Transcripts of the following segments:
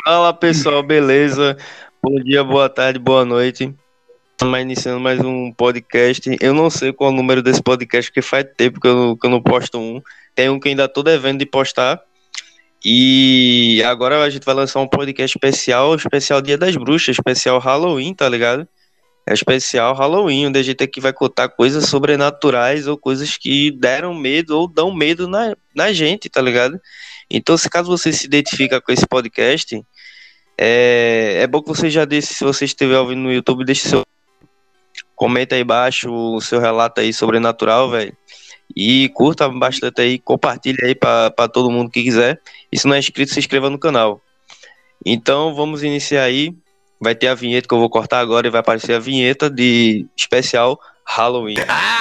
Fala pessoal, beleza? Bom dia, boa tarde, boa noite. Estamos iniciando mais um podcast. Eu não sei qual é o número desse podcast, porque faz tempo que eu não posto um. Tem um que ainda tô devendo de postar. E agora a gente vai lançar um podcast especial Dia das Bruxas, especial Halloween, tá ligado? É especial Halloween, onde a gente aqui vai contar coisas sobrenaturais ou coisas que deram medo ou dão medo na gente, tá ligado? Então, se caso você se identifica com esse podcast. É bom que você já disse, se você estiver ouvindo no YouTube, deixe seu comenta aí embaixo o seu relato aí sobrenatural, velho. E curta bastante aí, compartilha aí pra todo mundo que quiser. E se não é inscrito, se inscreva no canal. Então vamos iniciar aí. Vai ter a vinheta que eu vou cortar agora e vai aparecer a vinheta de especial Halloween.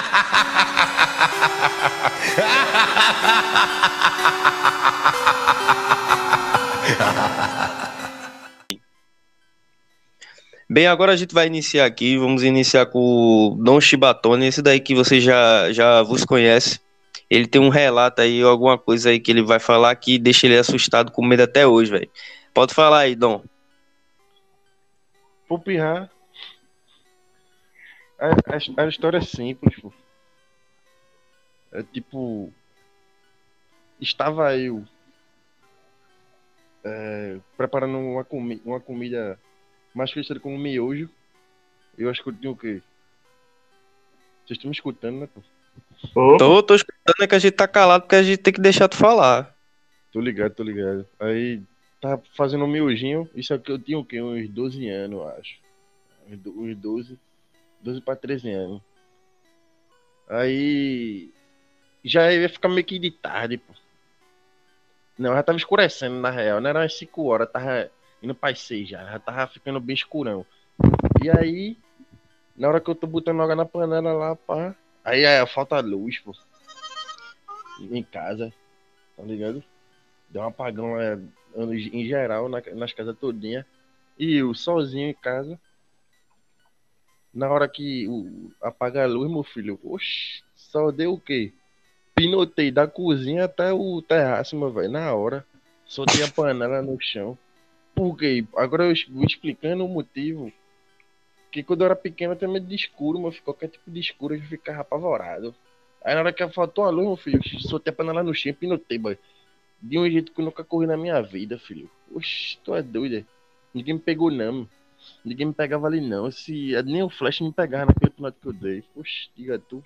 Bem, agora a gente vai iniciar aqui. Vamos iniciar com o Dom Chibatone, esse daí que você já vos conhece. Ele tem um relato aí, alguma coisa aí que ele vai falar que deixa ele assustado, com medo até hoje, velho. Pode falar aí, Dom. Vou pirrar. A história é simples, pô. É tipo, estava eu preparando uma comida mais conhecida como miojo. Eu acho que eu tinha o quê? Vocês estão me escutando, né, pô? Opa, Tô escutando é que a gente tá calado porque a gente tem que deixar tu falar. Tô ligado. Aí, tava fazendo um miojinho. Isso aqui eu tinha o quê? Uns 12 anos, eu acho. Uns 12 para 13 anos. Aí, já ia ficar meio que de tarde, pô. Não, já tava escurecendo, na real. Não era umas 5 horas, tava indo para as 6 já tava ficando bem escurão. E aí, na hora que eu tô botando água na panela lá, pá. Aí falta luz, pô. Em casa, tá ligado? Deu um apagão lá, em geral, nas casas todinha. E eu sozinho em casa. Na hora que apaga a luz, meu filho, oxi, só deu o quê? Pinotei da cozinha até o terraço, meu velho, na hora. Soltei a panela no chão. Por quê? Agora eu vou explicando o motivo. Que quando eu era pequeno eu tinha medo de escuro, mas qualquer tipo de escuro eu já ficava apavorado. Aí na hora que faltou a luz, meu filho, soltei a panela no chão e pinotei, boy. De um jeito que eu nunca corri na minha vida, filho. Oxi, tu é doido, é? Ninguém me pegou, não. Ninguém me pegava ali, não. Nem o flash me pegava naquele pinote que eu dei. Oxi, diga tu.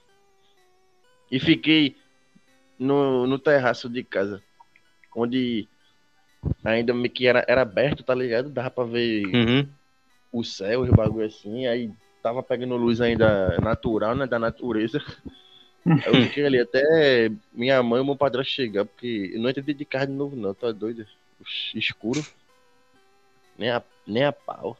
E fiquei no terraço de casa, onde ainda meio que era aberto, tá ligado? Dava pra ver Uhum. o céu, os bagulho assim. Aí tava pegando luz ainda natural, né? Da natureza. Aí eu fiquei ali até minha mãe e meu padrasto chegar, porque eu não entrei de carro de novo, não. Tá doido? Oxi, escuro. Nem a pau.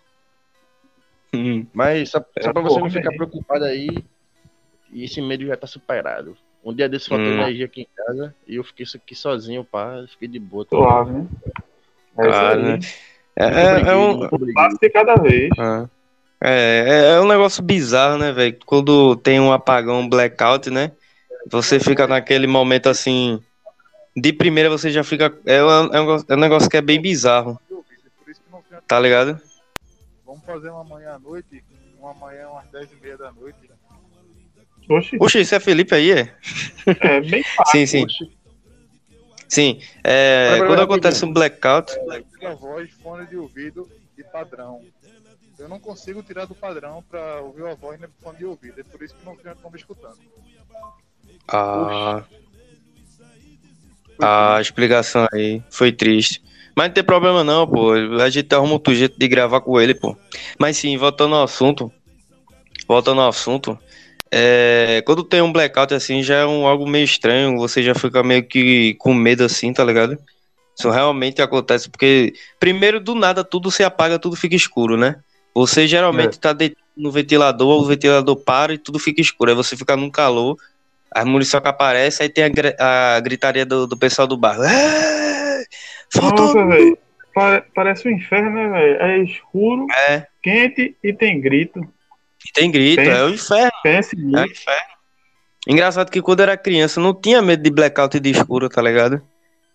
Uhum. Mas só pra você porra, não ficar velho. preocupado aí, e esse medo já tá superado. Um dia desse faltou energia aqui em casa e eu fiquei aqui sozinho, pá, fiquei de boa, tá ligado? Suave, né? É isso Claro, né? aí. Muito Um obrigado. passo de cada vez. É um negócio bizarro, né, velho? Quando tem um apagão, um blackout, né? Você fica naquele momento assim. De primeira você já fica. É um negócio que é bem bizarro, Por isso que não tem tá ligado? Vamos fazer uma manhã à noite, uma manhã umas 10h30 da noite. Oxi, Puxa, isso é Felipe aí, é? é bem Sim, fácil. sim. Oxe, Sim. Peraí, Quando rapidinho. acontece um blackout. A voz, fone de ouvido de padrão. Eu não consigo tirar do padrão para ouvir a voz no fone de ouvido. É por isso que não estão me escutando. Ah, foi a triste. explicação aí foi triste. Mas não tem problema não, pô. A gente arruma outro jeito de gravar com ele, pô. Mas sim, voltando ao assunto. Voltando ao assunto. Quando tem um blackout assim, já é algo meio estranho. Você já fica meio que com medo assim, tá ligado? Isso realmente acontece porque, primeiro, do nada, tudo se apaga, tudo fica escuro, né? Você geralmente tá deitado no ventilador, o ventilador para e tudo fica escuro. Aí você fica num calor, as munição que aparece, aí tem a gritaria do pessoal do bar. Faltou Nossa, luz! velho. Parece um inferno, né, velho? É escuro, É, quente e tem grito. e tem grito, é o Pense, inferno, pense é o nisso. inferno. Engraçado que quando eu era criança, eu não tinha medo de blackout e de escuro, tá ligado?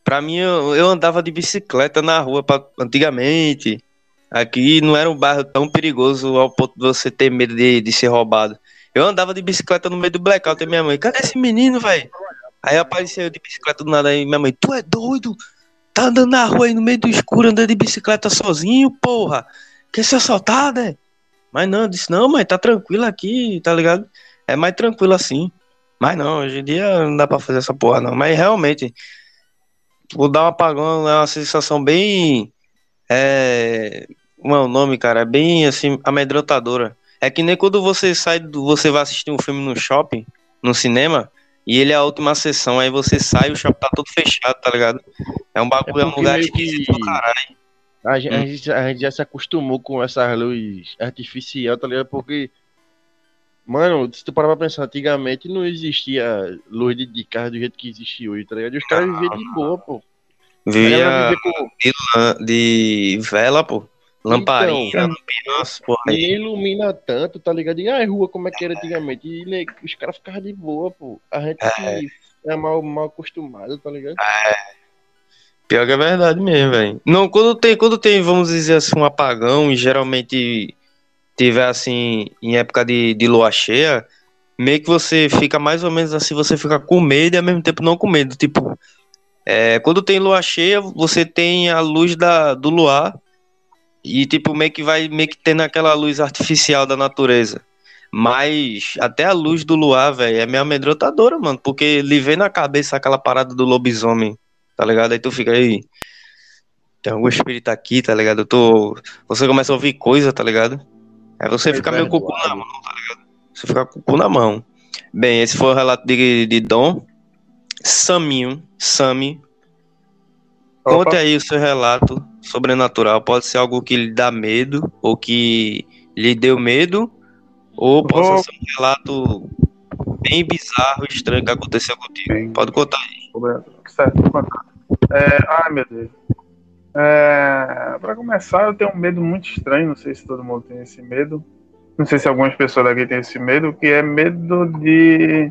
Pra mim, eu andava de bicicleta na rua antigamente. Aqui não era um bairro tão perigoso ao ponto de você ter medo de ser roubado. Eu andava de bicicleta no meio do blackout e minha mãe, cadê esse menino, velho? Aí apareceu eu de bicicleta do nada aí, minha mãe, tu é doido? Tá andando na rua aí no meio do escuro, andando de bicicleta sozinho, porra? Quer ser assaltado, é? Mas não, eu disse, não, mãe, tá tranquilo aqui, tá ligado? É mais tranquilo assim. Mas não, hoje em dia não dá pra fazer essa porra, não. Mas realmente, vou dar um apagão, é uma sensação bem. Como é o nome, cara? É bem assim, amedrontadora. É que nem quando você você vai assistir um filme no shopping, no cinema, e ele é a última sessão, aí você sai e o shopping tá todo fechado, tá ligado? É um É bagulho, é um porque lugar meio esquisito do que caralho. a gente já se acostumou com essa luz artificial, tá ligado? Porque, mano, se tu parar pra pensar, antigamente não existia luz de carro do jeito que existe hoje, tá ligado? E os caras viviam de boa, pô. A galera Vivia vivia com. de vela, pô. Então, Lamparina, lampiões, porra e nem aí. ilumina tanto, tá ligado? E a rua como é que era antigamente? E os caras ficavam de boa, pô. A gente que é mal acostumado, tá ligado? Pior que é verdade mesmo, velho. Não, quando tem, vamos dizer assim, um apagão, e geralmente tiver assim, em época de lua cheia, meio que você fica mais ou menos assim, você fica com medo e ao mesmo tempo não com medo. Tipo, quando tem lua cheia, você tem a luz do luar e tipo, meio que vai meio que tendo aquela luz artificial da natureza. Mas até a luz do luar, velho, é meio amedrontadora, mano, porque lhe vem na cabeça aquela parada do lobisomem, tá ligado? Aí tu fica aí, tem algum espírito aqui, tá ligado? Você começa a ouvir coisa, tá ligado? Aí você É fica meio com o cu na verdade. mão. Você fica com o cu na mão. Bem, esse foi o relato de Dom. Sami, conte Opa. aí o seu relato sobrenatural. Pode ser algo que lhe dá medo, ou que lhe deu medo, ou possa Vou ser um relato bem bizarro e estranho que aconteceu contigo. bem. Pode contar aí. Certo, vou contar. Ai, meu Deus. Para começar, eu tenho um medo muito estranho. Não sei se todo mundo tem esse medo. Não sei se algumas pessoas daqui têm esse medo, que é medo de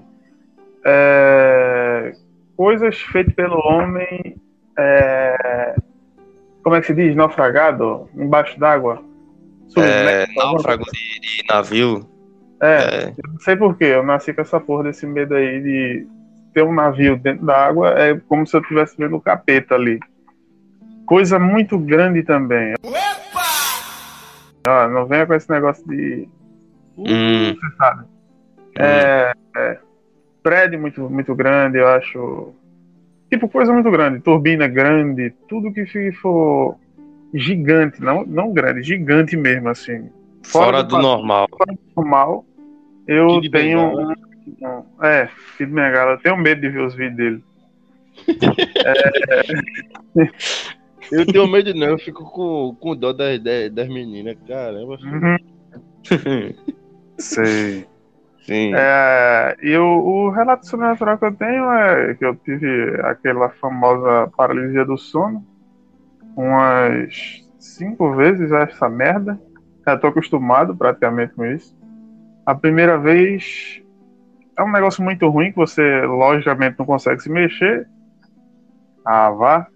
coisas feitas pelo homem. Como é que se diz? Naufragado? Embaixo d'água? Submerso? Alguma coisa. Náufrago de navio. Eu não sei porquê. Eu nasci com essa porra desse medo aí de ter um navio dentro da água. É como se eu estivesse vendo o capeta ali. Coisa muito grande também. Não venha com esse negócio de. Hum, Você sabe. Prédio muito, muito grande, eu acho. Tipo, coisa muito grande. Turbina grande. Tudo que for gigante. Não grande, gigante mesmo, assim. fora do normal. Normal. Eu Kid tenho Bengala. Kid Bengala. Eu tenho medo de ver os vídeos dele. Eu tenho medo não, eu fico com dó das meninas, caramba. Sei. Sim. E o relato sobrenatural que eu tenho é que eu tive aquela famosa paralisia do sono umas 5 vezes essa merda. Já tô acostumado praticamente com isso. A primeira vez é um negócio muito ruim que você logicamente não consegue se mexer. Vá.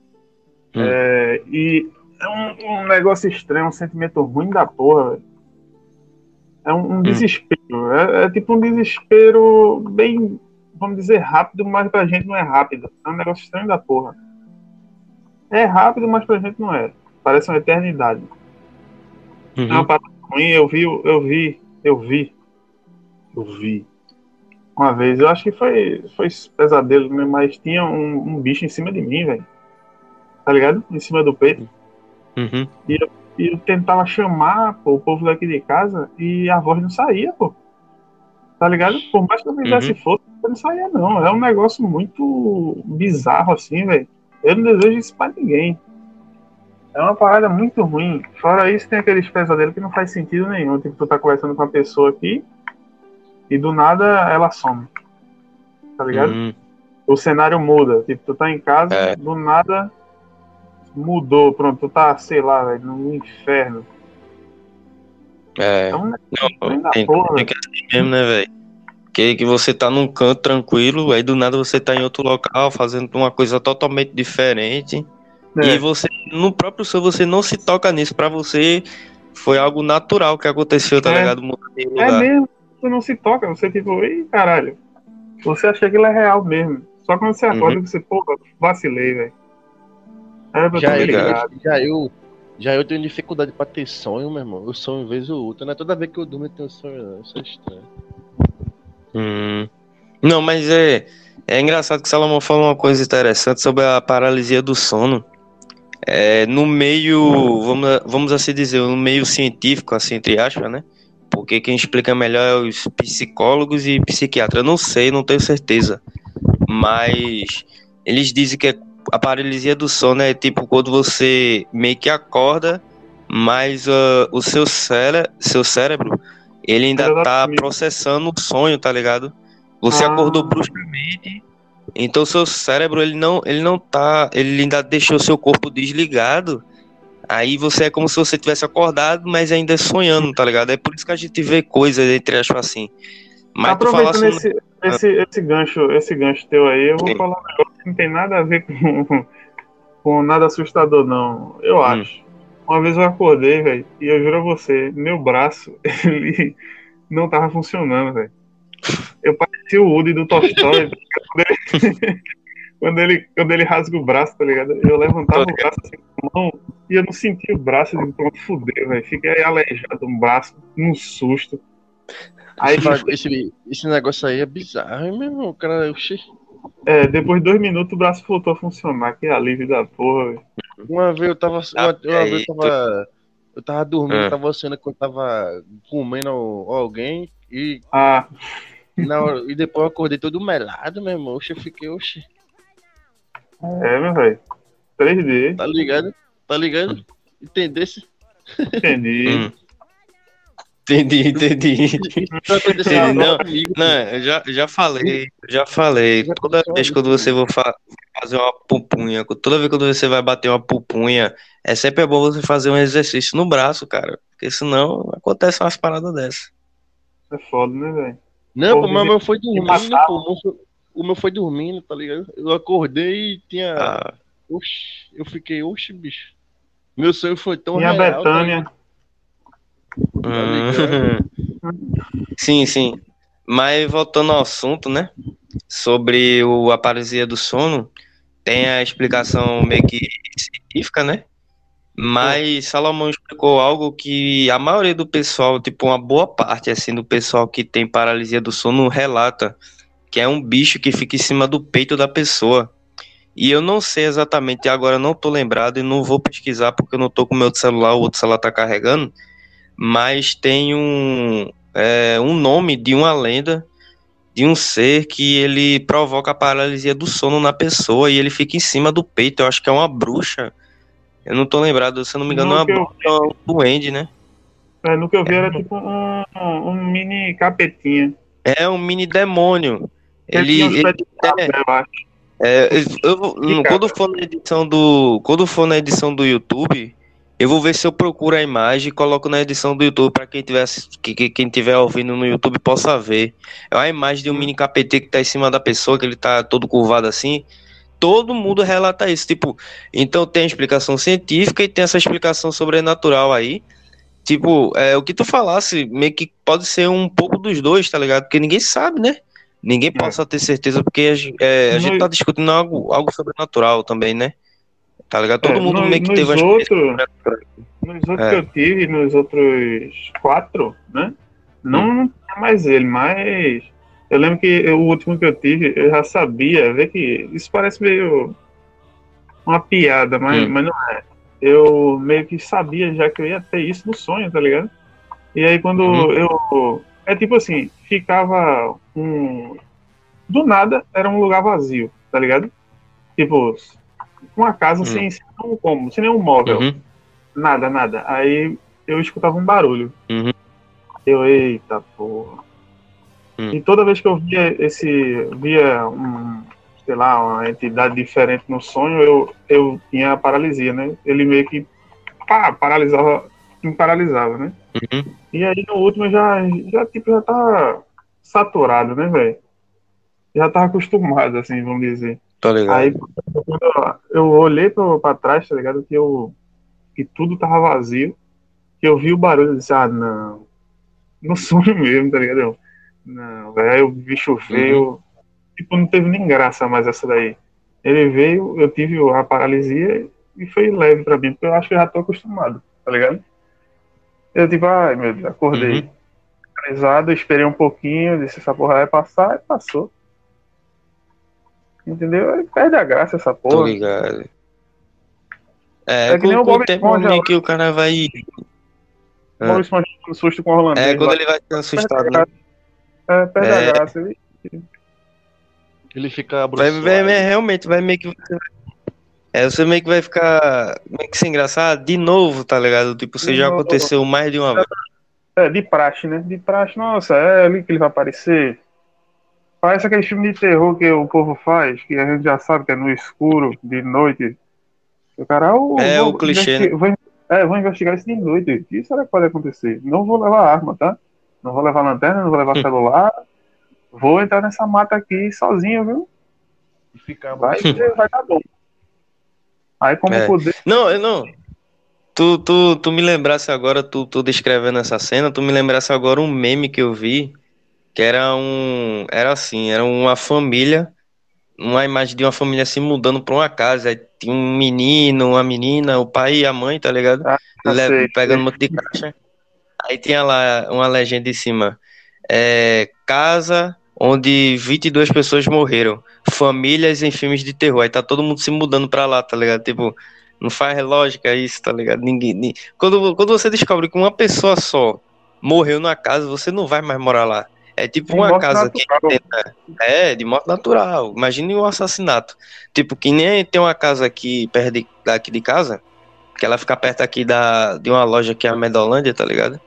E é um negócio estranho, um sentimento ruim da porra, velho. É um desespero. É tipo um desespero bem, vamos dizer, rápido, mas pra gente não é rápido. É um negócio estranho da porra. É rápido, mas pra gente não é. Parece uma eternidade. É uma parada ruim. Eu vi. Uma vez, eu acho que foi pesadelo, né? Mas tinha um bicho em cima de mim, velho. Tá ligado? Em cima do peito. Uhum. E eu tentava chamar, pô, o povo daqui de casa e a voz não saía, pô. Tá ligado? Por mais que eu fizesse força, não saía, não. É um negócio muito bizarro, assim, velho. Eu não desejo isso pra ninguém. É uma parada muito ruim. Fora isso, tem aqueles pesadelos que não faz sentido nenhum. Tipo, tu tá conversando com uma pessoa aqui e do nada ela some. Tá ligado? O cenário muda. Tipo, tu tá em casa, do nada mudou. Pronto, tu tá, sei lá, velho, no inferno. Não, Tem tem que assim mesmo, né, velho? Que você tá num canto tranquilo, aí do nada você tá em outro local fazendo uma coisa totalmente diferente. E você, no próprio sonho, você não se toca nisso. Pra você, foi algo natural que aconteceu, tá ligado? Mudar de lugar. Mesmo, você não se toca, você tipo, ih, caralho. Você acha que aquilo é real mesmo. Só quando você acorda que você, porra, vacilei, velho. Era pra eu ter ligado. Já eu tenho dificuldade pra ter sonho, meu irmão. Eu sonho uma vez ou outra. Não é toda vez que eu durmo eu tenho sonho, não. Isso é estranho. Não, mas é engraçado que Salomão falou uma coisa interessante sobre a paralisia do sono. No meio, vamos assim dizer, no meio científico, assim, entre aspas, né? Porque quem explica melhor é os psicólogos e psiquiatras. Eu não sei, não tenho certeza. Mas eles dizem que a paralisia do sono é tipo quando você meio que acorda, mas o seu cérebro, ele ainda tá processando o sonho, tá ligado? Você acordou bruscamente, então seu cérebro, ele ainda deixou seu corpo desligado. Aí você é como se você tivesse acordado, mas ainda sonhando, tá ligado? É por isso que a gente vê coisas, entre aspas, assim. Mas aproveitando esse gancho teu aí, eu vou falar um negócio que não tem nada a ver com nada assustador, não. Eu acho. Uma vez eu acordei, velho, e eu juro a você, meu braço, ele não tava funcionando, velho. Eu parecia o Woody do Toy Story. Quando ele rasga o braço, tá ligado? Eu levantava o braço assim com a mão e eu não sentia o braço. Eu digo, pronto, fudeu, velho. Fiquei aleijado no braço, num susto. Aí, esse negócio aí é bizarro, hein, meu irmão? O cara, depois de 2 minutos o braço voltou a funcionar. Que alívio da porra, velho. Uma vez eu tava dormindo, tava sendo que eu tava comendo alguém e e depois eu acordei todo melado, meu irmão. Eu fiquei. Meu velho. 3D. Tá ligado? Entendesse? Entendi. Entendi. Não, eu já falei. Toda vez quando você vai fazer uma pupunha, toda vez quando você vai bater uma pupunha, é sempre bom você fazer um exercício no braço, cara. Porque senão acontecem umas paradas dessas. É foda, né, velho? Não, pô, mas o meu foi dormindo, pô. O meu foi dormindo, tá ligado? Eu acordei e tinha. Oxi, eu fiquei, bicho. Meu sonho foi tão real. E a Betânia. Sim. Mas voltando ao assunto, né? Sobre a paralisia do sono, tem a explicação meio que científica, né? Mas Salomão explicou algo que a maioria do pessoal, tipo uma boa parte assim do pessoal que tem paralisia do sono relata, que é um bicho que fica em cima do peito da pessoa. E eu não sei exatamente, agora não tô lembrado e não vou pesquisar porque eu não tô com o meu celular, o outro celular tá carregando, mas tem um nome de uma lenda de um ser que ele provoca a paralisia do sono na pessoa e ele fica em cima do peito. Eu acho que é uma bruxa. Eu não tô lembrado, se eu não me engano, é uma bruxa, um duende, né? No que eu vi era tipo um mini capetinha. É um mini demônio. Quando for na edição do YouTube, eu vou ver se eu procuro a imagem e coloco na edição do YouTube para quem tiver ouvindo no YouTube possa ver. É uma imagem de um mini capetê que tá em cima da pessoa, que ele tá todo curvado assim. Todo mundo relata isso, tipo, então tem a explicação científica e tem essa explicação sobrenatural aí. Tipo, o que tu falasse, meio que pode ser um pouco dos dois, tá ligado? Porque ninguém sabe, né? Ninguém possa ter certeza, porque a gente tá discutindo algo sobrenatural também, né? Tá ligado? Todo mundo meio que teve nos outros que eu tive, nos outros 4, né? Não é mais ele, mas eu lembro que o último que eu tive, eu já sabia, vê que isso parece meio uma piada, mas não é. Eu meio que sabia já que eu ia ter isso no sonho, tá ligado? E aí quando eu... É tipo assim, ficava do nada, era um lugar vazio, tá ligado? Tipo, uma casa sem nenhum cômodo, sem nenhum móvel. Nada. Aí eu escutava um barulho. Eu, eita porra. E toda vez que eu via uma entidade diferente no sonho, eu tinha paralisia, né? Ele meio que me paralisava, né? E aí no último já tá saturado, né, velho? Já tava acostumado, assim, vamos dizer. Tô Aí, ligado. quando eu olhei pra trás, tá ligado? Que tudo tava vazio. Que eu vi o barulho, eu disse, ah, não. No sonho mesmo, tá ligado? Não, velho. Aí o bicho Uhum. veio. Tipo, não teve nem graça mais essa daí. Ele veio, eu tive a paralisia e foi leve pra mim, porque eu acho que eu já tô acostumado, tá ligado? Eu tipo, ai meu Deus, acordei. Uhum. Paralisado, esperei um pouquinho, disse essa porra vai passar, e passou. Entendeu? Aí perde a graça essa Tô porra. ligado. É, É que nem o com o Bob tempo Esponja meio lá. que o cara vai. O Bob Ah. Esponja com susto com o É, holandês quando lá. ele vai sendo Perde a assustado, né? graça. É, perde a É, graça. Ele fica vai, abruçoado. realmente, vai meio que. Você meio que vai ficar meio que sem engraçado de novo, tá ligado? Tipo, você já aconteceu mais de uma vez. De praxe, né? De praxe, nossa, é ali que ele vai aparecer. Parece aquele filme de terror que o povo faz, que a gente já sabe que é no escuro, de noite. O cara, É o clichê, né? vou investigar isso de noite. O que será que pode acontecer? Não vou levar arma, tá? Não vou levar lanterna, não vou levar celular. Vou entrar nessa mata aqui sozinho, viu? E fica Vai abruçoado. dar bom. Aí, como É. poder. Não. Tu me lembrasse agora, tu descrevendo essa cena, tu me lembrasse agora um meme que eu vi, que era assim, era uma família, uma imagem de uma família se mudando pra uma casa, aí tinha um menino, uma menina, o pai e a mãe, tá ligado? Ah, sei, Pegando sei. um monte de caixa. Aí tinha lá uma legenda em cima, casa onde 22 pessoas morreram, famílias em filmes de terror, aí tá todo mundo se mudando pra lá, tá ligado? Tipo, não faz lógica isso, tá ligado? Quando você descobre que uma pessoa só morreu numa casa, você não vai mais morar lá. É tipo De uma morte casa que natural. de morte natural. Imagine um assassinato. Tipo, que nem tem uma casa aqui perto daqui de casa, que ela fica perto aqui de uma loja que é a Medolândia, tá ligado?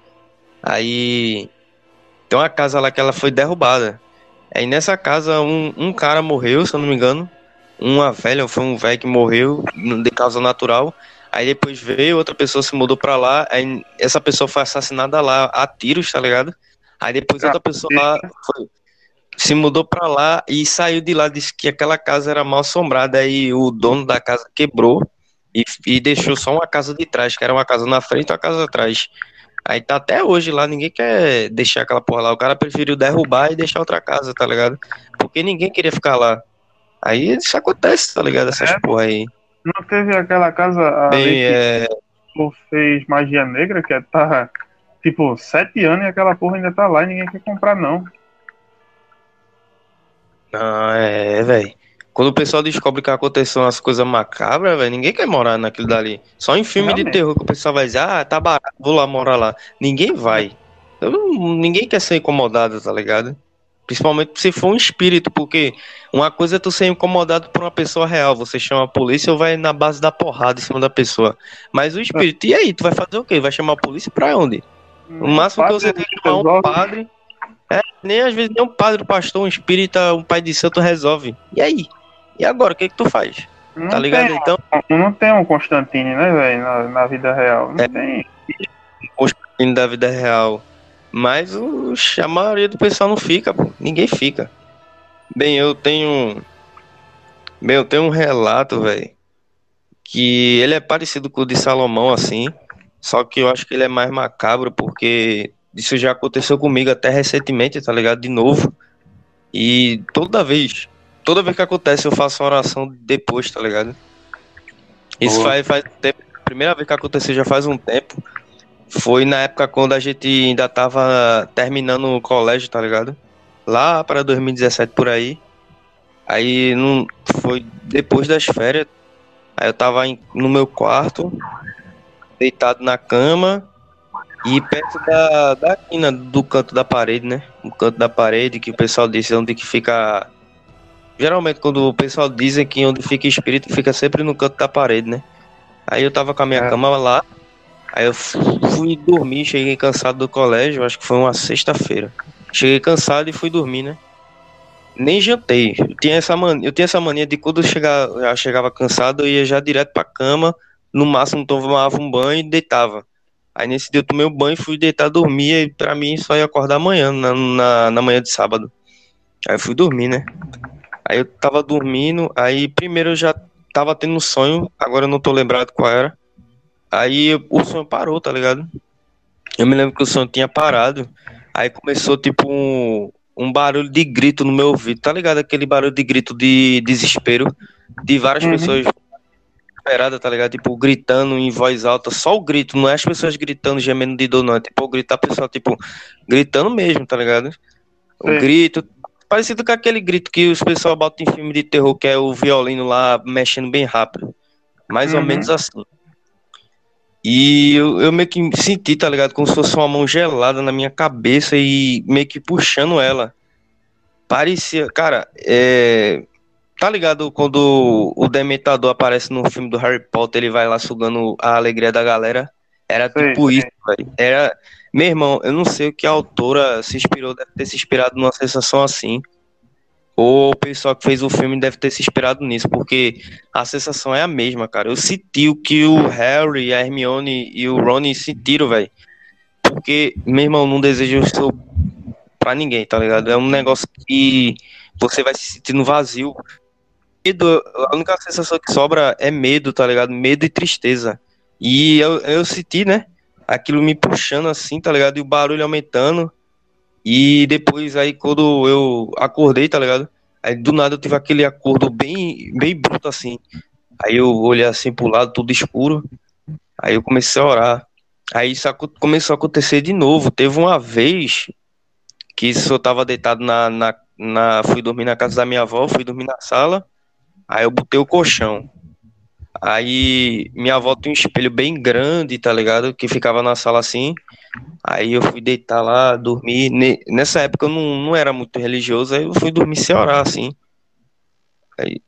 Aí tem uma casa lá que ela foi derrubada. Aí nessa casa um cara morreu, se eu não me engano. Uma velha, foi um velho que morreu de causa natural. Aí depois veio outra pessoa, se mudou pra lá. Aí essa pessoa foi assassinada lá a tiros, tá ligado? Aí depois Ah, outra pessoa lá se mudou pra lá e saiu de lá, disse que aquela casa era mal assombrada. Aí o dono da casa quebrou e deixou só uma casa de trás, que era uma casa na frente e uma casa atrás. Aí tá até hoje lá, ninguém quer deixar aquela porra lá. O cara preferiu derrubar e deixar outra casa, tá ligado? Porque ninguém queria ficar lá. Aí isso acontece, tá ligado? Essas é? porra aí. Não teve aquela casa ali Bem, que fez magia negra, que tá tipo 7 anos e aquela porra ainda tá lá e ninguém quer comprar, não. velho. Quando o pessoal descobre que aconteceu umas coisas macabras, velho, ninguém quer morar naquilo dali. Só em filme de Realmente. terror que o pessoal vai dizer, ah, tá barato, vou lá morar lá. Ninguém vai. Ninguém quer ser incomodado, tá ligado? Principalmente se for um espírito, porque uma coisa é tu ser incomodado por uma pessoa real, você chama a polícia ou vai na base da porrada em cima da pessoa. Mas o espírito, e aí, tu vai fazer o quê? Vai chamar a polícia pra onde? O Nem máximo que padre você tem que chamar um resolve. padre, nem às vezes nem um padre, um pastor, um espírita, um pai de santo resolve. E aí? E agora, o que que tu faz? Tá Não tem, ligado? Então, não tem um Constantine, né, velho, na vida real. Não tem. o da vida real. Mas a maioria do pessoal não fica, pô. Ninguém fica. Bem, eu tenho um relato, velho, que ele é parecido com o de Salomão, assim, só que eu acho que ele é mais macabro, porque isso já aconteceu comigo até recentemente, tá ligado? De novo. E toda vez que acontece, eu faço uma oração depois, tá ligado? Isso Boa. faz tempo. A primeira vez que aconteceu já faz um tempo. Foi na época quando a gente ainda tava terminando o colégio, tá ligado? Lá para 2017 por aí. Aí não foi depois das férias. Aí eu tava no meu quarto, deitado na cama e perto da quina do canto da parede, né? O canto da parede que o pessoal diz onde que fica. Geralmente quando o pessoal dizem que onde fica espírito fica sempre no canto da parede, né? Aí eu tava com a minha É. cama lá. Aí eu fui dormir, cheguei cansado do colégio, acho que foi uma sexta-feira. Cheguei cansado e fui dormir, né? Nem jantei. Eu tinha essa mania de quando já chegava cansado, eu ia já direto pra cama, no máximo tomava um banho e deitava. Aí nesse dia eu tomei um banho, fui deitar dormir, e pra mim só ia acordar amanhã, na manhã de sábado. Aí eu fui dormir, né? Aí eu tava dormindo, aí primeiro eu já tava tendo um sonho, agora eu não tô lembrado qual era. Aí o sonho parou, tá ligado? Eu me lembro que o sonho tinha parado, aí começou tipo um barulho de grito no meu ouvido, tá ligado? Aquele barulho de grito de desespero de várias pessoas desesperadas, tá ligado? Tipo, gritando em voz alta, só o grito, não é as pessoas gritando, gemendo de dor, não. É tipo o grito da pessoa, tipo, gritando mesmo, tá ligado? O Sim. grito, parecido com aquele grito que os pessoal botam em filme de terror, que é o violino lá mexendo bem rápido. Mais ou menos assim. E eu meio que senti, tá ligado? Como se fosse uma mão gelada na minha cabeça e meio que puxando ela. Parecia, cara, tá ligado quando o Dementador aparece no filme do Harry Potter, ele vai lá sugando a alegria da galera? Era tipo isso, velho. Era, meu irmão, eu não sei o que a autora se inspirou, deve ter se inspirado numa sensação assim. Ou o pessoal que fez o filme deve ter se inspirado nisso, porque a sensação é a mesma, cara. Eu senti o que o Harry, a Hermione e o Ron sentiram, velho. Porque, meu irmão, não desejo isso pra ninguém, tá ligado? É um negócio que você vai se sentindo vazio. Medo, a única sensação que sobra é medo, tá ligado? Medo e tristeza. E eu senti, né? Aquilo me puxando assim, tá ligado? E o barulho aumentando. E depois aí quando eu acordei, tá ligado? Aí do nada eu tive aquele acordo bem, bem bruto assim. Aí eu olhei assim pro lado, tudo escuro. Aí eu comecei a orar. Aí isso começou a acontecer de novo. Teve uma vez que isso eu tava deitado fui dormir na casa da minha avó, fui dormir na sala. Aí eu botei o colchão. Aí minha avó tem um espelho bem grande, tá ligado? Que ficava na sala assim. Aí eu fui deitar lá, dormir. Nessa época eu não era muito religioso, aí eu fui dormir sem orar, assim. Aí,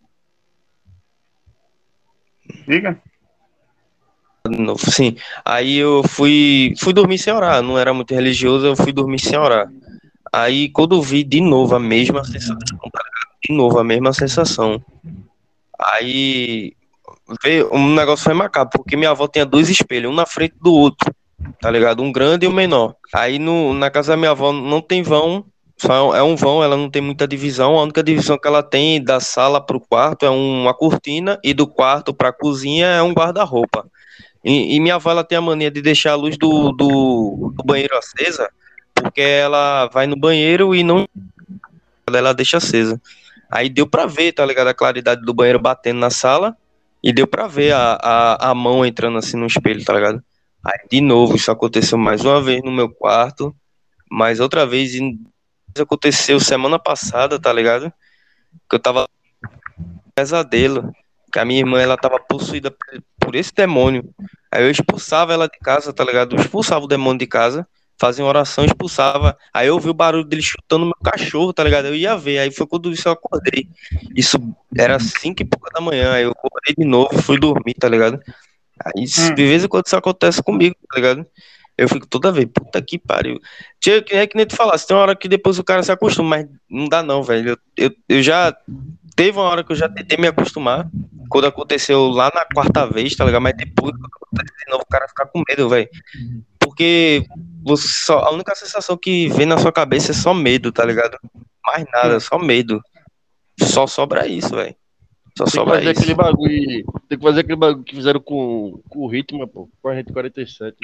Diga. de novo, sim. Aí eu fui dormir sem orar, não era muito religioso, eu fui dormir sem orar. Aí quando eu vi de novo a mesma sensação, tá ligado? De novo a mesma sensação. Aí veio, um negócio foi macabro, porque minha avó tinha dois espelhos, um na frente do outro, tá ligado? Um grande e um menor. Aí na casa da minha avó não tem vão, só é um vão, ela não tem muita divisão. A única divisão que ela tem da sala pro quarto é uma cortina e do quarto pra cozinha é um guarda-roupa. E minha avó ela tem a mania de deixar a luz do banheiro acesa, porque ela vai no banheiro e não ela deixa acesa. Aí deu pra ver, tá ligado? A claridade do banheiro batendo na sala e deu pra ver a mão entrando assim no espelho, tá ligado? Aí de novo isso aconteceu mais uma vez no meu quarto, mais outra vez e isso aconteceu semana passada, tá ligado? Que eu tava pesadelo, que a minha irmã ela tava possuída por esse demônio. Aí eu expulsava ela de casa, tá ligado? Eu expulsava o demônio de casa, fazia uma oração, expulsava. Aí eu ouvi o barulho dele chutando meu cachorro, tá ligado? Eu ia ver, aí foi quando isso eu acordei. Isso era 5 e pouca da manhã, aí eu acordei de novo e fui dormir, tá ligado? Aí de vez em quando isso acontece comigo, tá ligado? Eu fico toda vez, puta que pariu. É que nem tu falasse, tem uma hora que depois o cara se acostuma, mas não dá não, velho. Eu já teve uma hora que eu já tentei me acostumar, quando aconteceu lá na quarta vez, tá ligado? Mas depois, quando acontece de novo, o cara fica com medo, velho. Porque a única sensação que vem na sua cabeça é só medo, tá ligado? Mais nada, só medo. Só sobra isso, velho. Só Tem que sobra fazer isso. aquele bagulho. Tem que fazer aquele bagulho que fizeram com o Ritmo, pô. Com a gente 47.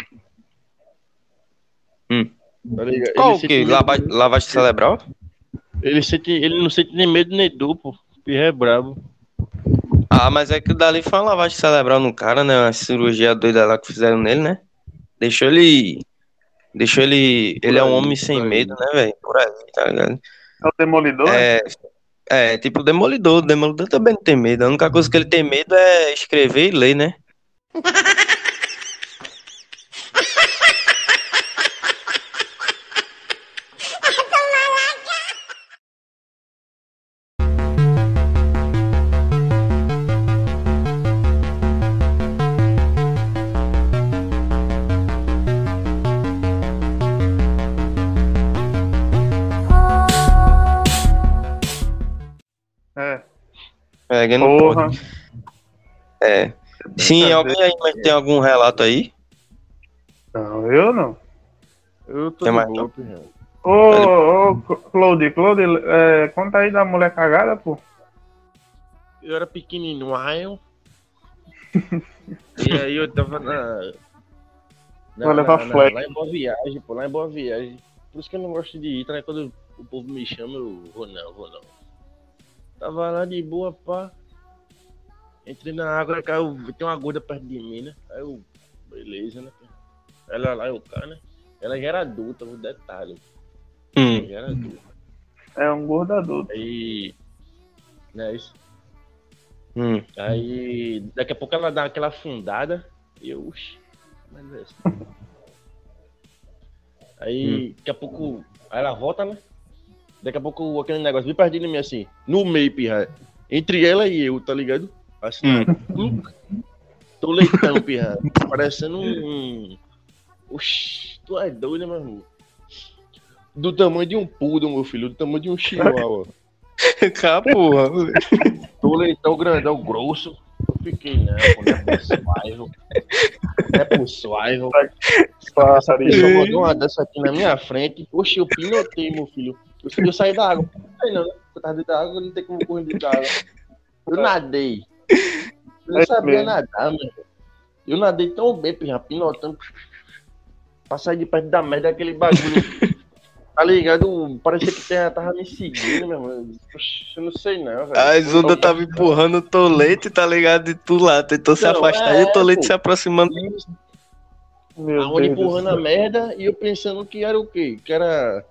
Tá ligado? Qual Ele o sente quê? medo- Lavagem cerebral? Ele não sente nem medo nem dor, pô. O Pirra é brabo. Ah, mas é que dali foi uma lavagem cerebral no cara, né? Uma cirurgia doida lá que fizeram nele, né? Deixou ele. Ele é um homem sem medo, né, velho? Por aí, tá ligado? É o Demolidor? Tipo o Demolidor. O Demolidor também não tem medo. A única coisa que ele tem medo é escrever e ler, né? Quem não Porra. pode. Sim, alguém aí mas tem algum relato aí? Não, eu não. Eu tô Tem de mais boa, não? pirra. Ô, Claude, conta aí da mulher cagada, pô. Eu era pequenininho, e aí eu tava Vai levar flash. lá em Boa Viagem, pô, lá em Boa Viagem. Por isso que eu não gosto de ir, tá? Quando o povo me chama, eu vou não. Tava lá de boa, pá. Entrei na água, aí caiu, tem uma gorda perto de mim, né? Aí eu, beleza, né? Ela lá, eu cá, né? Ela já era adulta, o detalhe. Ela já era adulta. É um gordo adulto. Aí, né, isso. Hum. Aí, daqui a pouco ela dá aquela afundada e eu, uxi, mas é isso. Aí, daqui a pouco, aí ela volta, né? Daqui a pouco aquele negócio bem perto de mim, assim, no meio, pirra. Entre ela e eu, tá ligado? Assim, tô leitão, pirra. Parecendo um. Oxi, tu é doido, meu irmão? Do tamanho de um poodle, meu filho, do tamanho de um chihuahua. Cá, porra. Tô leitão grandão, grosso. Eu fiquei, não é possível. Essa pessoa mandou uma dessa aqui na minha frente. Oxi, eu pinotei, meu filho. Eu saí da água. Não sei não, né? Eu tava dentro da água, não tem como correr dentro da água. Eu nadei. Eu não sabia nadar, meu. Eu nadei tão bem, pinotando. Pra sair de perto da merda, aquele bagulho. Tá ligado? Parecia que tava me seguindo, meu irmão. Eu não sei não, velho. As ondas tava empurrando o tolete, tá ligado? E tu lá, tentou se afastar e o tolete se aproximando. Meu Aonde Deus do empurrando céu. a merda e eu pensando que era o quê? Que era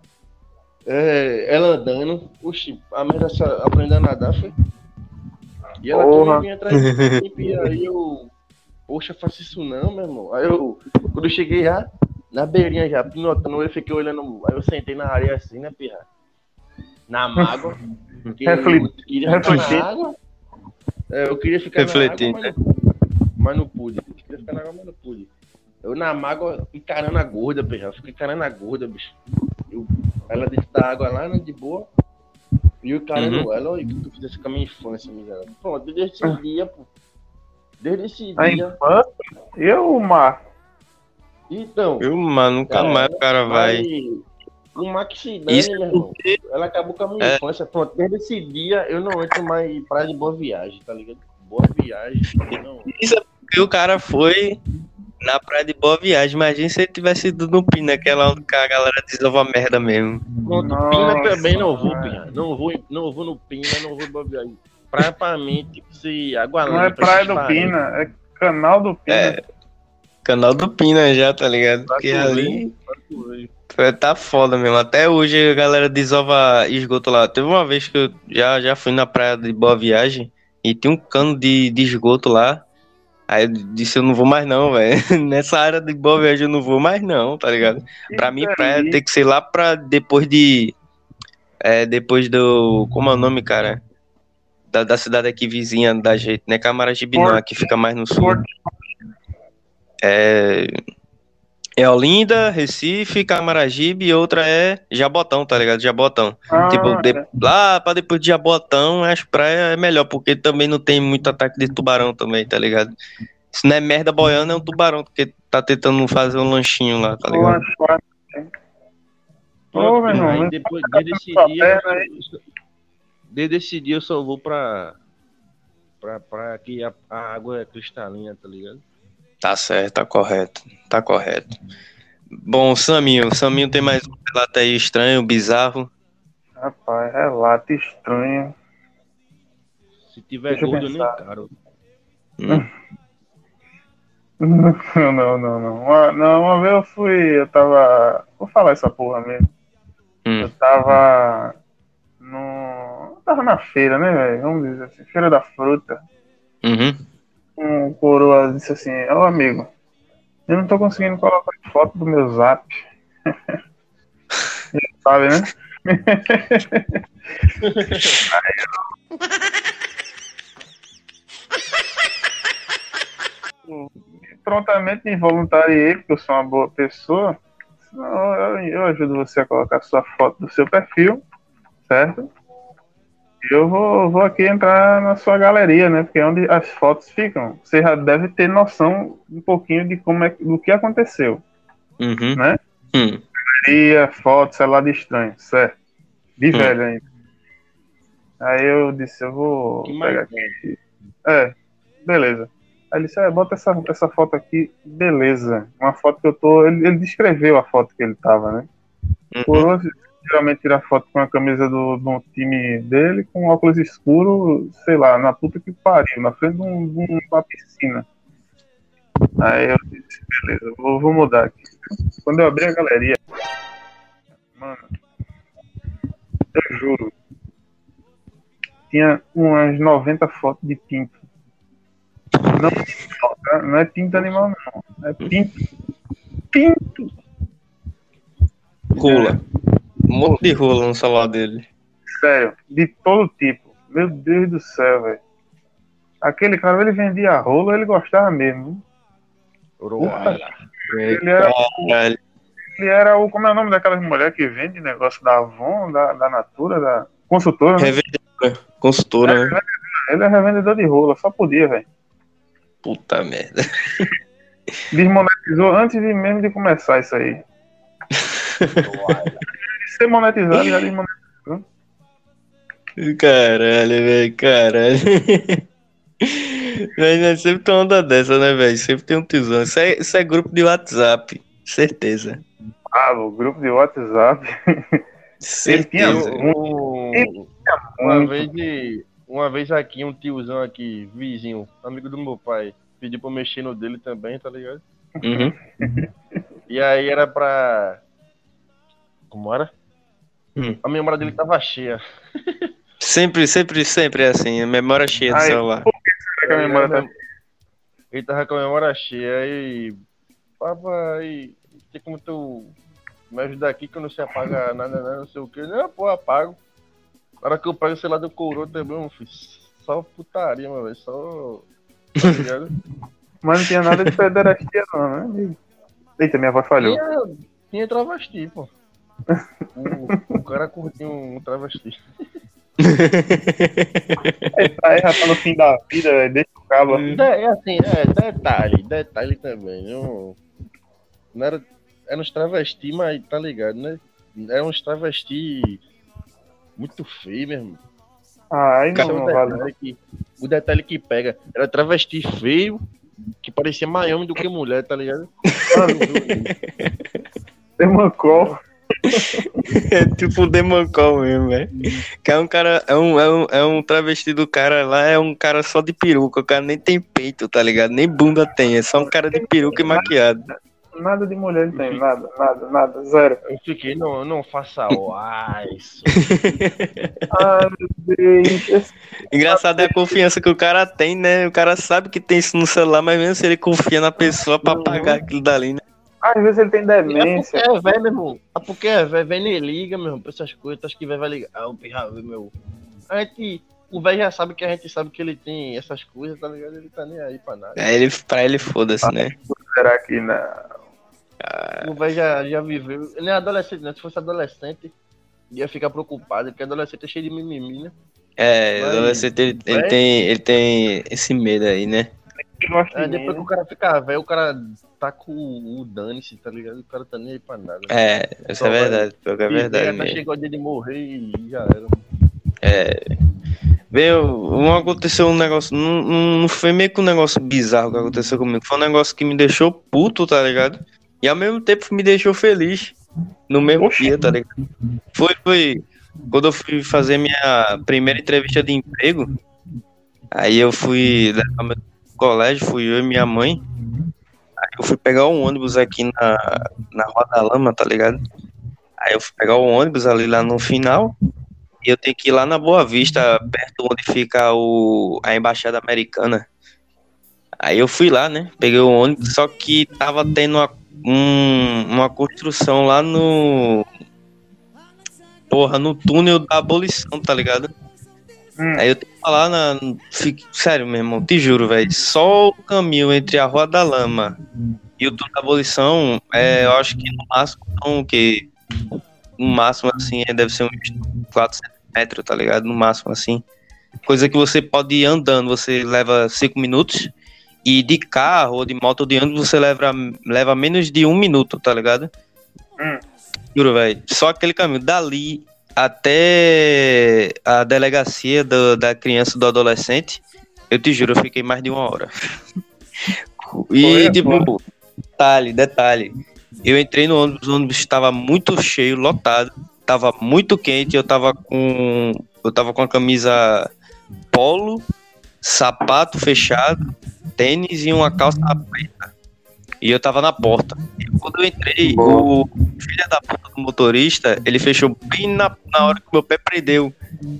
ela andando. Oxi, a merda aprendendo a nadar, foi. E ela Porra. queria vir atrás de mim, e aí eu. Poxa, faço isso não, meu irmão. Aí eu, quando eu cheguei já, na beirinha já, pinotando, eu fiquei olhando. Aí eu sentei na areia assim, né, pirra? Na mágoa. Porque eu queria ficar na água. Eu queria ficar na água, mas não pude. Eu queria ficar na água, mas não pude. Eu na mágoa, encarando a gorda, pirra. Eu fiquei encarando a gorda, bicho. Ela dentro da água lá, né, de boa. E o cara ela, olha o que tu fizesse com a minha infância, miserável. Pronto, desde esse dia, pô. Desde esse A dia. infância? E o mar? Então. Eu, mano, nunca mais o cara vai. O Maxi Dani, meu irmão, ela acabou com a minha infância. Pronto, desde esse dia eu não entro mais em praia de Boa Viagem, tá ligado? Boa Viagem, não. Isso é porque o cara foi na praia de Boa Viagem. Imagina se ele tivesse ido no Pina, aquela onde a galera desova merda mesmo. Pronto, Pina também não vou, Pina. Não vou no Pina, não vou em Boa Viagem. Praia pra mim, tipo, se água Não é praia do Pina, é canal do Pina. É, canal do Pina já, tá ligado? Porque ali tá foda mesmo. Até hoje a galera desova esgoto lá. Teve uma vez que eu já fui na praia de Boa Viagem e tinha um cano de esgoto lá. Aí eu disse, eu não vou mais não, velho. Nessa área de Boa Viagem eu não vou mais não, tá ligado? Pra mim, praia tem que ser lá pra depois de... depois do... Como é o nome, cara? Da cidade aqui vizinha da gente, né? Camaragibe não, aqui fica mais no sul. É Olinda, Recife, Camaragibe e outra é Jabotão, tá ligado? Jabotão. Lá pra depois de Jabotão, as praias é melhor, porque também não tem muito ataque de tubarão também, tá ligado? Se não é merda boiando, é um tubarão, porque tá tentando fazer um lanchinho lá, tá ligado? Pronto, aí depois, desde esse dia eu só vou pra que a água é cristalina, tá ligado? Tá certo, tá correto. Bom, Saminho tem mais um relato aí estranho, bizarro? Rapaz, relato estranho. Se tiver gordo, eu nem caro. Não, uma vez eu tava... Vou falar essa porra mesmo. Eu tava na feira, né, velho? Vamos dizer assim, feira da fruta. Um coroa disse assim, ô amigo, eu não tô conseguindo colocar foto do meu zap. Sabe, né? Prontamente me voluntariei, porque eu sou uma boa pessoa. Eu ajudo você a colocar a sua foto do seu perfil, certo? Eu vou aqui entrar na sua galeria, né? Porque é onde as fotos ficam. Você já deve ter noção um pouquinho de do que aconteceu. Uhum. né? Hum. Galeria, foto, celular de estranho, certo? De velho ainda. Aí eu disse, eu vou Que mais pegar aqui. Beleza. Aí ele disse, bota essa foto aqui, beleza. Uma foto que eu tô. Ele descreveu a foto que ele tava, né? Por hoje, geralmente tira foto com a camisa do time dele, com óculos escuro, sei lá, na puta que pariu, na frente de uma piscina. Aí eu disse, beleza, vou mudar aqui. Quando eu abri a galeria, mano, eu juro, tinha umas 90 fotos de pinto. Não é pinto animal, não. É pinto. Pinto! Rola. Um monte de rola no celular dele. Sério, de todo tipo. Meu Deus do céu, velho. Aquele cara, ele vendia rola, ele gostava mesmo. Ele era o. Como é o nome daquelas mulheres que vende negócio da Avon, da Natura, da consultora, né? Revendedora. Consultora, né? Ele é revendedor de rola, só podia, velho. Puta merda. Desmonetizou antes mesmo de começar isso aí. Ser monetizado já desmonetizou. Caralho, velho, caralho. Mas sempre tem uma onda dessa, né, velho? Sempre tem um tiozão. Isso é grupo de WhatsApp, certeza. O grupo de WhatsApp. Certeza. Uma vez aqui, um tiozão aqui, vizinho, amigo do meu pai, pediu pra eu mexer no dele também, tá ligado? Uhum. E aí era pra... Como era? A memória dele tava cheia. Sempre é assim, a memória cheia do celular. Por que será que a memória tá... Ele tava com a memória cheia e... Papai, tem como tu me ajudar aqui que eu não sei apagar nada, não sei o que. Não, pô, apago. Na hora que eu pego o celular do coroa também, eu fiz só putaria, meu velho, só... Tá ligado? Mas não tinha nada de pederastia não, né? Eita, minha voz falhou. Tinha travesti, pô. O cara curtiu um travesti. Aí já tá no fim da vida, velho, deixa o cabo. Detalhe também. Não era uns travesti, mas tá ligado, né? Era uns travesti muito feio mesmo. Aí não vale. O detalhe que pega era travesti feio, que parecia mais homem do que mulher, tá ligado? Demancol. É tipo o Demancol mesmo, velho. Que é um cara, é um travesti do cara lá, é um cara só de peruca, o cara nem tem peito, tá ligado? Nem bunda tem, é só um cara de peruca e maquiado. Nada de mulher ele tem, nada, zero. Eu fiquei, não faça isso. Ai, meu Deus. Engraçado é a confiança que o cara tem, né? O cara sabe que tem isso no celular, mas mesmo se ele confia na pessoa pra pagar aquilo dali, né? Às vezes ele tem demência. É velho, meu irmão. Porque é velho, nem liga, meu irmão, pra essas coisas. Acho que velho vai ligar. Meu. O velho já sabe que a gente sabe que ele tem essas coisas, tá ligado? Ele tá nem aí pra nada. Pra ele foda-se, né? Será que não? O velho já viveu. Ele é adolescente, né? Se fosse adolescente, ia ficar preocupado, porque adolescente é cheio de mimimi, né? Adolescente ele tem esse medo aí, né? Depois que o cara fica velho, o cara tá com o dane-se, tá ligado? O cara tá nem aí pra nada. Isso é verdade, é verdade mesmo. Chegou o dia de morrer e já era. Veio, aconteceu um negócio, não foi meio que um negócio bizarro que aconteceu comigo, foi um negócio que me deixou puto, tá ligado? E ao mesmo tempo me deixou feliz no mesmo dia, tá ligado? Foi quando eu fui fazer minha primeira entrevista de emprego, aí eu fui levar meu colégio, fui eu e minha mãe, aí eu fui pegar um ônibus aqui na Rua da Lama, tá ligado? Aí eu fui pegar o ônibus ali lá no final, e eu tenho que ir lá na Boa Vista, perto onde fica a Embaixada Americana. Aí eu fui lá, né? Peguei o ônibus, só que tava tendo uma construção lá no túnel da Abolição, tá ligado? Aí eu tenho que falar sério, meu irmão, te juro, velho. Só o caminho entre a Rua da Lama e o túnel da Abolição, eu acho que no máximo, no máximo, assim, deve ser uns 400 metros, tá ligado? No máximo, assim. Coisa que você pode ir andando, você leva 5 minutos, E de carro ou de moto ou de ônibus você leva menos de 1 minuto, tá ligado? Juro, velho. Só aquele caminho dali até a delegacia da criança e do adolescente, eu te juro, eu fiquei mais de 1 hora. E, tipo, detalhe. Eu entrei no ônibus, o ônibus estava muito cheio, lotado, tava muito quente, eu tava com a camisa polo, sapato fechado, tênis e uma calça preta. E eu tava na porta. E quando eu entrei, o filho da puta do motorista, ele fechou bem na hora que meu pé prendeu.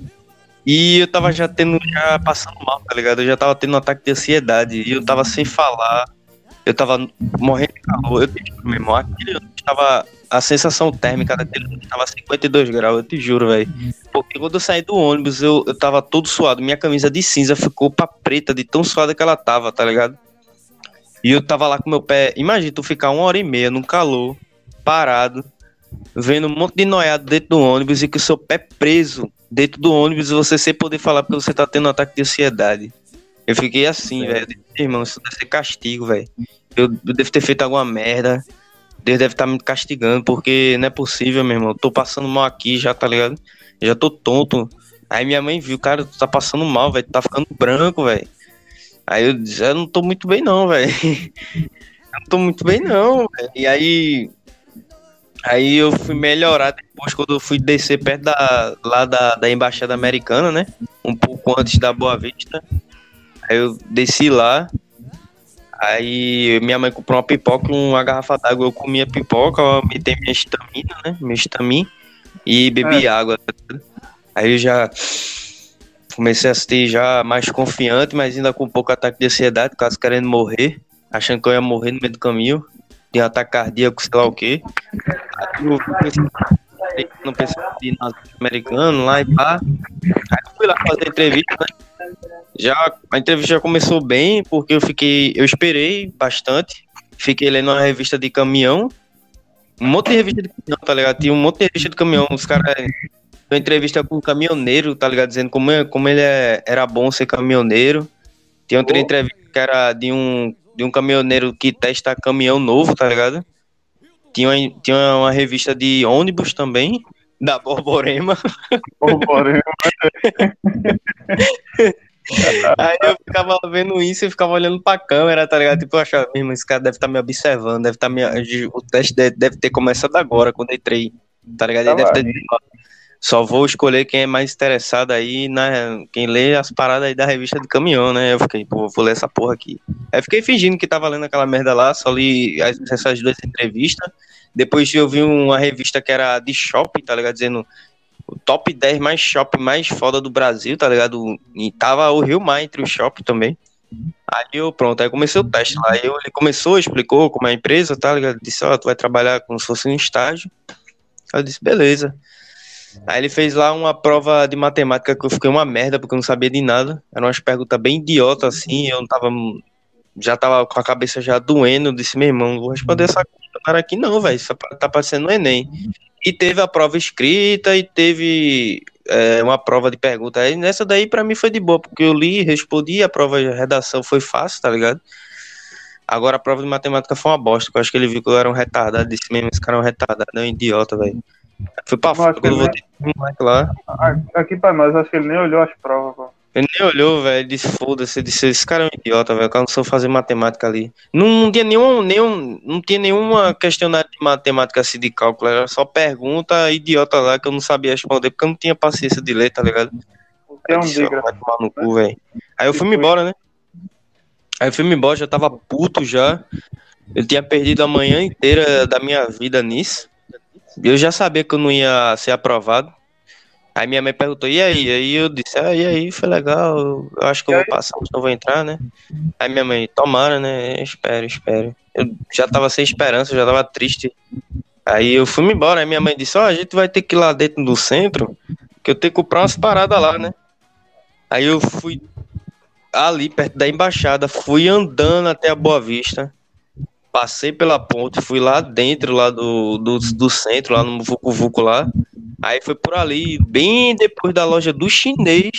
E eu tava já passando mal, tá ligado? Eu já tava tendo um ataque de ansiedade. E eu tava sem falar. Eu tava morrendo de calor. Eu te juro, meu irmão. Aquele ônibus tava... A sensação térmica daquele ônibus tava 52 graus, eu te juro, velho. Porque quando eu saí do ônibus, eu tava todo suado. Minha camisa de cinza ficou pra preta de tão suada que ela tava, tá ligado? E eu tava lá com meu pé... Imagina tu ficar 1h30 no calor, parado, vendo um monte de noiado dentro do ônibus e com o seu pé preso dentro do ônibus e você sem poder falar porque você tá tendo um ataque de ansiedade. Eu fiquei assim, velho. Irmão, isso deve ser castigo, velho. Eu devo ter feito alguma merda. Deus deve estar me castigando, porque não é possível, meu irmão. Eu tô passando mal aqui já, tá ligado? Eu já tô tonto. Aí minha mãe viu, cara, tu tá passando mal, velho. Tu tá ficando branco, velho. Aí eu disse, eu não tô muito bem não, velho. Eu não tô muito bem não, velho. E aí eu fui melhorar depois, quando eu fui descer perto lá da Embaixada Americana, né? Um pouco antes da Boa Vista. Aí eu desci lá. Aí minha mãe comprou uma pipoca e uma garrafa d'água. Eu comi a pipoca, eu meti minha estamina, né? Minha estamina. E bebi água. Aí eu já comecei a assistir já mais confiante, mas ainda com um pouco de ataque de ansiedade, quase querendo morrer. Achando que eu ia morrer no meio do caminho. De um ataque cardíaco, sei lá o quê. Aí eu não pensei em nada americano lá e pá. Aí eu fui lá fazer entrevista, né? A entrevista já começou bem, porque eu esperei bastante. Fiquei lendo uma revista de caminhão. Um monte de revista de caminhão, tá ligado? Tinha um monte de revista de caminhão. Os caras... Uma entrevista com um caminhoneiro, tá ligado? Dizendo como ele era bom ser caminhoneiro. Tinha outra entrevista que era de um caminhoneiro que testa caminhão novo, tá ligado? Tinha uma revista de ônibus também, da Borborema. Borborema. Aí eu ficava vendo isso e ficava olhando pra câmera, tá ligado? Tipo, eu achava, mesmo, esse cara deve estar me observando, o teste deve ter começado agora, quando eu entrei, tá ligado? Ele deve ter... Só vou escolher quem é mais interessado aí, quem lê as paradas aí da revista de caminhão, né? Eu fiquei, pô, vou ler essa porra aqui. Aí fiquei fingindo que tava lendo aquela merda lá, só li essas 2 entrevistas. Depois eu vi uma revista que era de shopping, tá ligado? Dizendo o top 10 mais shopping mais foda do Brasil, tá ligado? E tava o Rio Mar entre os shopping também. Aí aí comecei o teste lá. Ele começou, explicou como é a empresa, tá ligado? Disse, tu vai trabalhar como se fosse um estágio. Aí eu disse, beleza. Aí ele fez lá uma prova de matemática que eu fiquei uma merda, porque eu não sabia de nada. Eram umas perguntas bem idiota assim, já tava com a cabeça já doendo. Eu disse, meu irmão, não vou responder essa coisa aqui não, velho, isso tá parecendo um Enem. E teve a prova escrita e teve uma prova de pergunta. Aí nessa daí pra mim foi de boa, porque eu li, respondi, a prova de redação foi fácil, tá ligado? Agora a prova de matemática foi uma bosta, porque eu acho que ele viu que eu era um retardado. Disse mesmo, esse cara é um retardado, é um idiota, velho. Fui pra fora, quando eu voltei lá. Aqui pra nós, acho que ele nem olhou as provas, pô. Ele nem olhou, velho, disse, foda-se, disse, esse cara é um idiota, velho, o cara não soube fazer matemática ali. Não tinha não tinha nenhuma questionário de matemática assim de cálculo, era só pergunta idiota lá que eu não sabia responder, porque eu não tinha paciência de ler, tá ligado? Aí eu disse, vai tomar no cu, velho. Aí eu fui-me embora, né? Já tava puto já. Eu tinha perdido a manhã inteira da minha vida nisso. Eu já sabia que eu não ia ser aprovado. Aí minha mãe perguntou, e aí? Aí eu disse, e aí, foi legal, eu acho que eu vou passar, mas não vou entrar, né? Aí minha mãe, tomara, né? Espero. Eu já tava sem esperança, eu já tava triste. Aí eu fui-me embora, aí minha mãe disse, a gente vai ter que ir lá dentro do centro, que eu tenho que comprar umas paradas lá, né? Aí eu fui ali, perto da embaixada, fui andando até a Boa Vista. Passei pela ponte, fui lá dentro lá do centro, lá no Vucu Vucu lá. Aí foi por ali, bem depois da loja do chinês,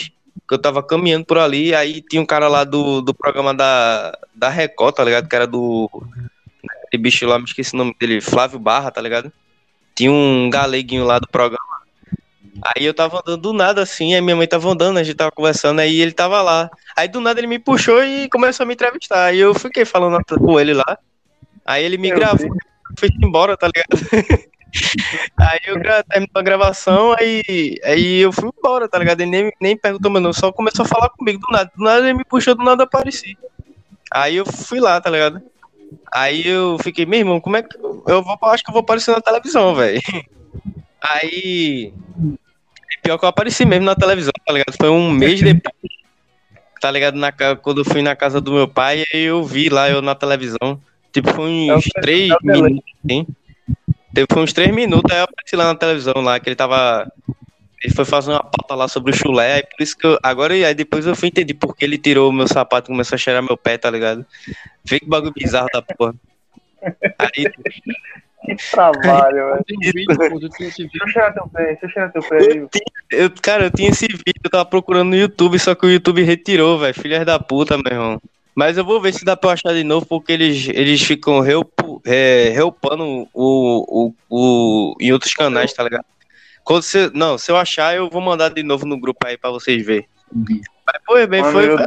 que eu tava caminhando por ali, aí tinha um cara lá do programa da Record, tá ligado? Que era do... aquele bicho lá, me esqueci o nome dele, Flávio Barra, tá ligado? Tinha um galeguinho lá do programa. Aí eu tava andando do nada assim, aí minha mãe tava andando, a gente tava conversando, aí ele tava lá. Aí do nada ele me puxou e começou a me entrevistar. Aí eu fiquei falando com ele lá. Aí ele me gravou, foi embora, tá ligado? Aí eu terminou a gravação, aí eu fui embora, tá ligado? Ele nem perguntou meu nome, só começou a falar comigo do nada. Do nada ele me puxou, do nada eu apareci. Aí eu fui lá, tá ligado? Aí eu fiquei, meu irmão, como é que acho que eu vou aparecer na televisão, velho. Aí, pior que eu apareci mesmo na televisão, tá ligado? Foi um mês depois, tá ligado? Quando eu fui na casa do meu pai, aí eu vi lá, eu na televisão. Tipo, foi uns 3 minutos, assim. Foi uns 3 minutos, aí eu apareci lá na televisão, lá, que ele foi fazer uma pauta lá sobre o chulé, aí por isso que aí depois eu fui entender porque ele tirou o meu sapato e começou a cheirar meu pé, tá ligado? Vê que bagulho bizarro da porra. Aí... Que trabalho, velho. Deixa eu cheirar teu pé aí. Cara, eu tinha esse vídeo, eu tava procurando no YouTube, só que o YouTube retirou, velho. Filhas da puta, meu irmão. Mas eu vou ver se dá pra eu achar de novo, porque eles ficam reupando em outros canais, tá ligado? Se eu achar, eu vou mandar de novo no grupo aí pra vocês verem. Mas foi bem,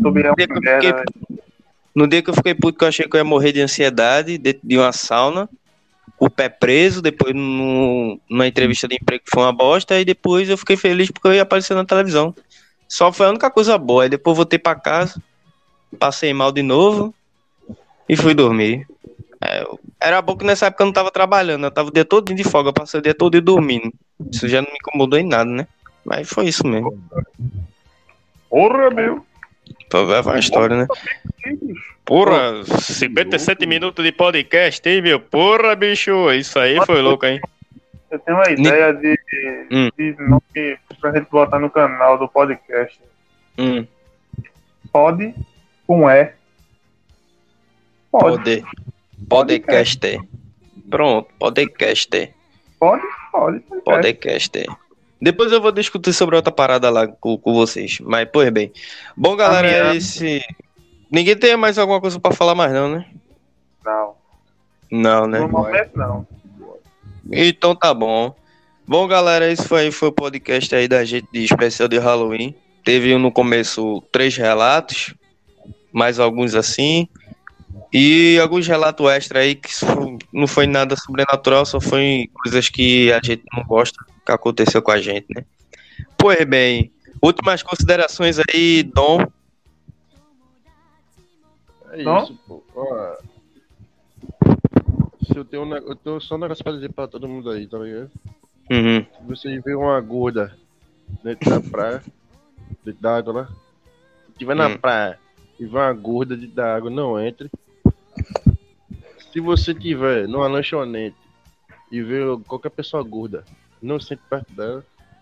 no dia que eu fiquei puto, que eu achei que eu ia morrer de ansiedade, dentro de uma sauna, o pé preso, depois numa entrevista de emprego que foi uma bosta, e depois eu fiquei feliz porque eu ia aparecer na televisão. Só foi a única coisa boa. Aí depois voltei pra casa, passei mal de novo e fui dormir. Era bom que nessa época eu não tava trabalhando, eu tava o dia todo de folga, eu passei o dia todo dormindo. Isso já não me incomodou em nada, né? Mas foi isso mesmo. Porra, meu! Foi uma história, né? Porra, 57 minutos de podcast, hein, meu? Porra, bicho, isso aí foi louco, hein? Eu tenho uma ideia de nome pra gente botar no canal do podcast. Pode com E. Podcast. Pronto, podcast. Podcast. Depois eu vou discutir sobre outra parada lá com vocês. Mas, pois bem. Bom, galera, ninguém tem mais alguma coisa pra falar mais, não, né? Não, né? No momento, não. Então tá bom. Bom, galera, esse foi o podcast aí da gente de especial de Halloween. Teve no começo 3 relatos, mais alguns assim. E alguns relatos extra aí que não foi nada sobrenatural, só foi coisas que a gente não gosta que aconteceu com a gente, né? Pois bem, últimas considerações aí, Dom. É isso, pô. Ó, se eu tenho só um negócio pra dizer pra todo mundo aí, tá ligado? Uhum. Se você vê uma gorda dentro da praia, dentro da água lá, se tiver na praia e vê uma gorda dentro da água, não entre. Se você tiver numa lanchonete e ver qualquer pessoa gorda, não sente perto dela.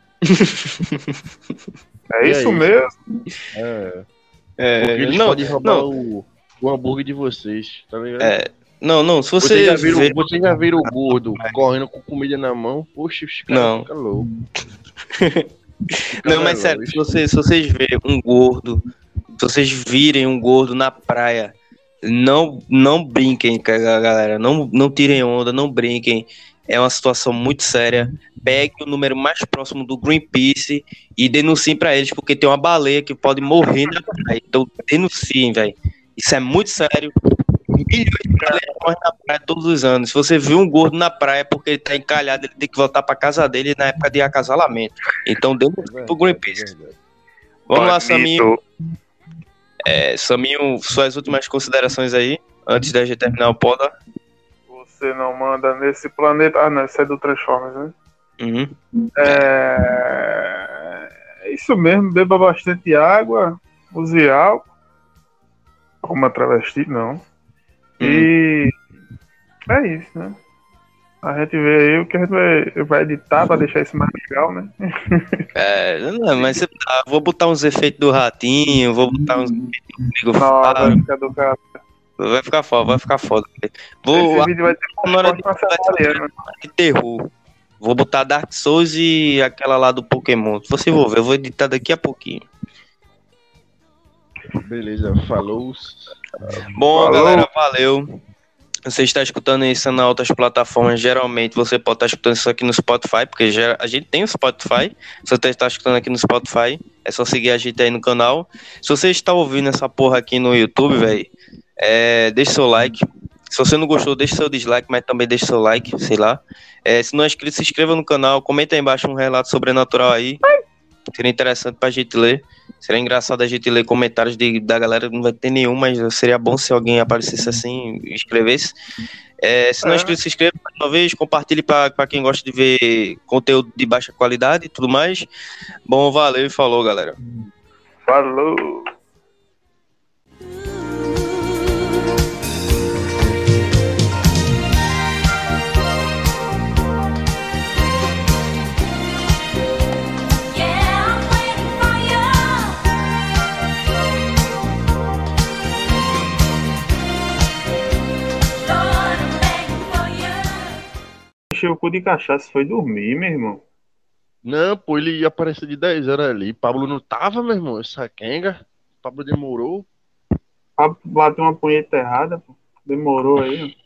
É isso mesmo? Porque eles podem roubar o hambúrguer de vocês, tá ligado? Não, se você Você já viram o gordo correndo com comida na mão? Poxa, os caras ficam loucos. Não, mas sério, se vocês verem um gordo, se vocês virem um gordo na praia, não brinquem, galera. Não tirem onda, não brinquem. É uma situação muito séria. Pegue o número mais próximo do Greenpeace e denunciem pra eles, porque tem uma baleia que pode morrer na praia. Então denunciem, velho. Isso é muito sério. Milhões de baleias morrem na praia todos os anos. Se você viu um gordo na praia porque ele tá encalhado, ele tem que voltar pra casa dele na época de acasalamento. Então denuncie pro Greenpeace. Vamos lá, Saminho. Saminho, suas últimas considerações aí, antes da gente terminar o pod. Você não manda nesse planeta. Ah, não, isso é do Transformers, né? Uhum. É isso mesmo, beba bastante água, use álcool, como a travesti, não. E é isso, né? A gente vê aí o que a gente vai editar pra deixar isso mais legal, né? Não, mas vou botar uns efeitos do ratinho, vou botar uns efeitos do vai ficar do cara. Vai ficar foda. Esse vídeo vai ter de terror. Vou botar Dark Souls e aquela lá do Pokémon. Se você for ver, eu vou editar daqui a pouquinho. Beleza, falou. Bom, Falou. galera, valeu. Você está escutando isso em outras plataformas, geralmente você pode estar escutando isso aqui no Spotify, porque a gente tem o Spotify. Se você está escutando aqui no Spotify, é só seguir a gente aí no canal. Se você está ouvindo essa porra aqui no YouTube, velho, deixe seu like. Se você não gostou, deixe seu dislike, mas também deixe seu like, sei lá. Se não é inscrito, se inscreva no canal, comenta aí embaixo um relato sobrenatural aí. Seria interessante pra gente ler. Seria engraçado a gente ler comentários da galera. Não vai ter nenhum, mas seria bom se alguém aparecesse assim e escrevesse. Se não é inscrito, se inscreva mais uma vez. Compartilhe pra quem gosta de ver conteúdo de baixa qualidade e tudo mais. Bom, valeu e falou, galera. Falou. Encheu o cu de cachaça, foi dormir, meu irmão. Não, pô, ele ia aparecer de 10 horas ali. Pablo não tava, meu irmão. Essa quenga. Pablo demorou. Bateu uma punheta errada, pô. Demorou aí, ó.